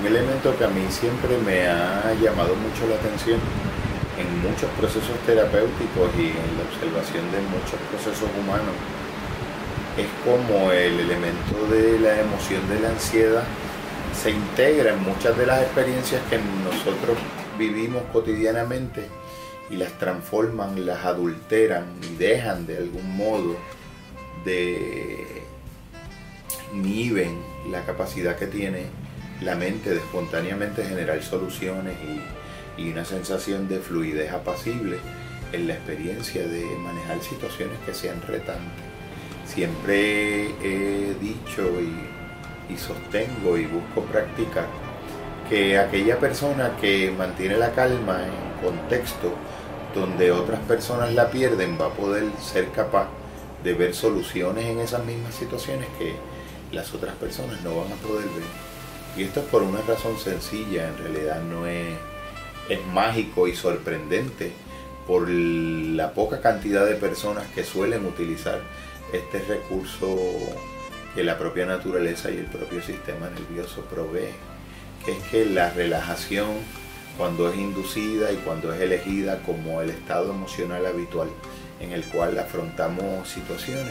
elemento que a mí siempre me ha llamado mucho la atención en muchos procesos terapéuticos y en la observación de muchos procesos humanos es como el elemento de la emoción de la ansiedad se integra en muchas de las experiencias que nosotros vivimos cotidianamente y las transforman, las adulteran y dejan de algún modo de inhiben la capacidad que tiene la mente de espontáneamente generar soluciones y una sensación de fluidez apacible en la experiencia de manejar situaciones que sean retantes. Siempre he dicho y sostengo y busco practicar que aquella persona que mantiene la calma en contexto donde otras personas la pierden va a poder ser capaz de ver soluciones en esas mismas situaciones que las otras personas no van a poder ver. Y esto es por una razón sencilla, en realidad no es mágico y sorprendente por la poca cantidad de personas que suelen utilizar este recurso que la propia naturaleza y el propio sistema nervioso provee, que es que la relajación, cuando es inducida y cuando es elegida como el estado emocional habitual en el cual afrontamos situaciones,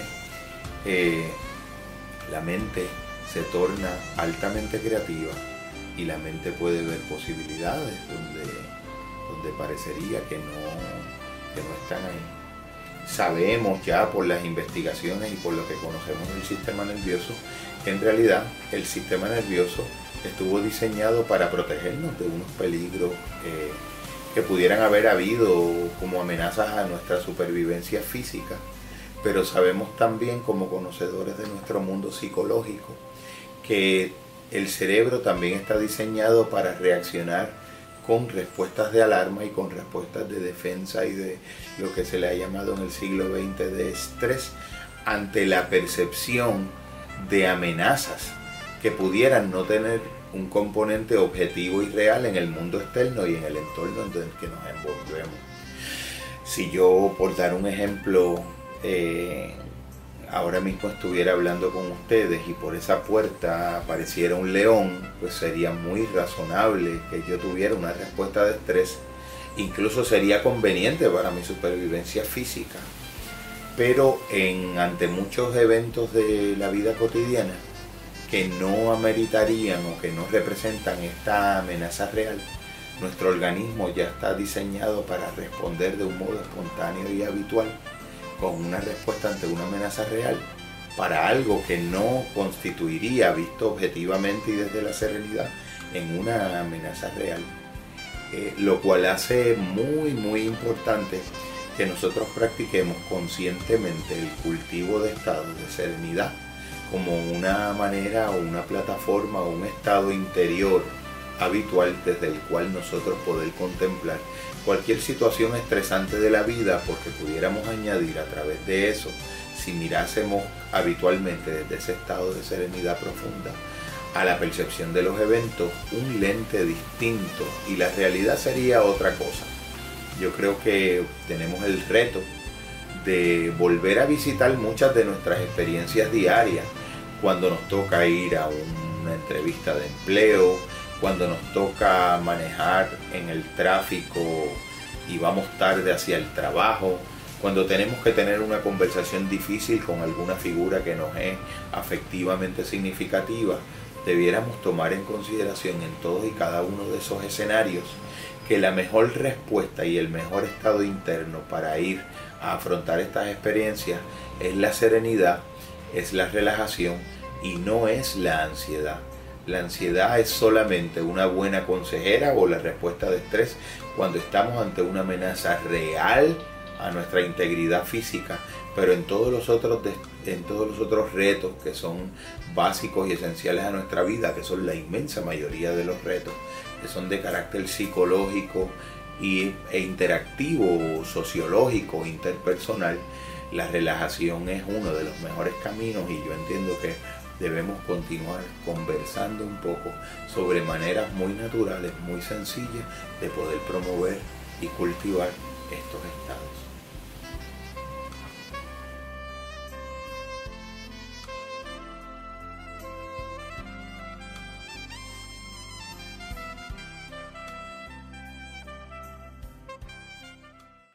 la mente se torna altamente creativa y la mente puede ver posibilidades donde parecería que no están ahí. Sabemos ya por las investigaciones y por lo que conocemos del sistema nervioso que en realidad el sistema nervioso estuvo diseñado para protegernos de unos peligros que pudieran haber habido como amenazas a nuestra supervivencia física, pero sabemos también como conocedores de nuestro mundo psicológico que el cerebro también está diseñado para reaccionar con respuestas de alarma y con respuestas de defensa y de lo que se le ha llamado en el siglo XX de estrés ante la percepción de amenazas que pudieran no tener un componente objetivo y real en el mundo externo y en el entorno en el que nos envolvemos. Si yo, por dar un ejemplo, ahora mismo estuviera hablando con ustedes y por esa puerta apareciera un león, pues sería muy razonable que yo tuviera una respuesta de estrés, incluso sería conveniente para mi supervivencia física. Pero ante muchos eventos de la vida cotidiana que no ameritarían o que no representan esta amenaza real, nuestro organismo ya está diseñado para responder de un modo espontáneo y habitual con una respuesta ante una amenaza real para algo que no constituiría, visto objetivamente y desde la serenidad, en una amenaza real. Lo cual hace muy importante que nosotros practiquemos conscientemente el cultivo de estados de serenidad como una manera o una plataforma o un estado interior habitual desde el cual nosotros poder contemplar cualquier situación estresante de la vida, porque pudiéramos añadir a través de eso, si mirásemos habitualmente desde ese estado de serenidad profunda a la percepción de los eventos, un lente distinto y la realidad sería otra cosa. Yo creo que tenemos el reto de volver a visitar muchas de nuestras experiencias diarias, cuando nos toca ir a una entrevista de empleo, cuando nos toca manejar en el tráfico y vamos tarde hacia el trabajo, cuando tenemos que tener una conversación difícil con alguna figura que nos es afectivamente significativa, debiéramos tomar en consideración en todos y cada uno de esos escenarios que la mejor respuesta y el mejor estado interno para ir a afrontar estas experiencias es la serenidad, es la relajación y no es la ansiedad. La ansiedad es solamente una buena consejera o la respuesta de estrés cuando estamos ante una amenaza real a nuestra integridad física, pero en todos los otros retos que son básicos y esenciales a nuestra vida, que son la inmensa mayoría de los retos, que son de carácter psicológico e interactivo, sociológico, interpersonal, la relajación es uno de los mejores caminos y yo entiendo que debemos continuar conversando un poco sobre maneras muy naturales, muy sencillas de poder promover y cultivar estos estados.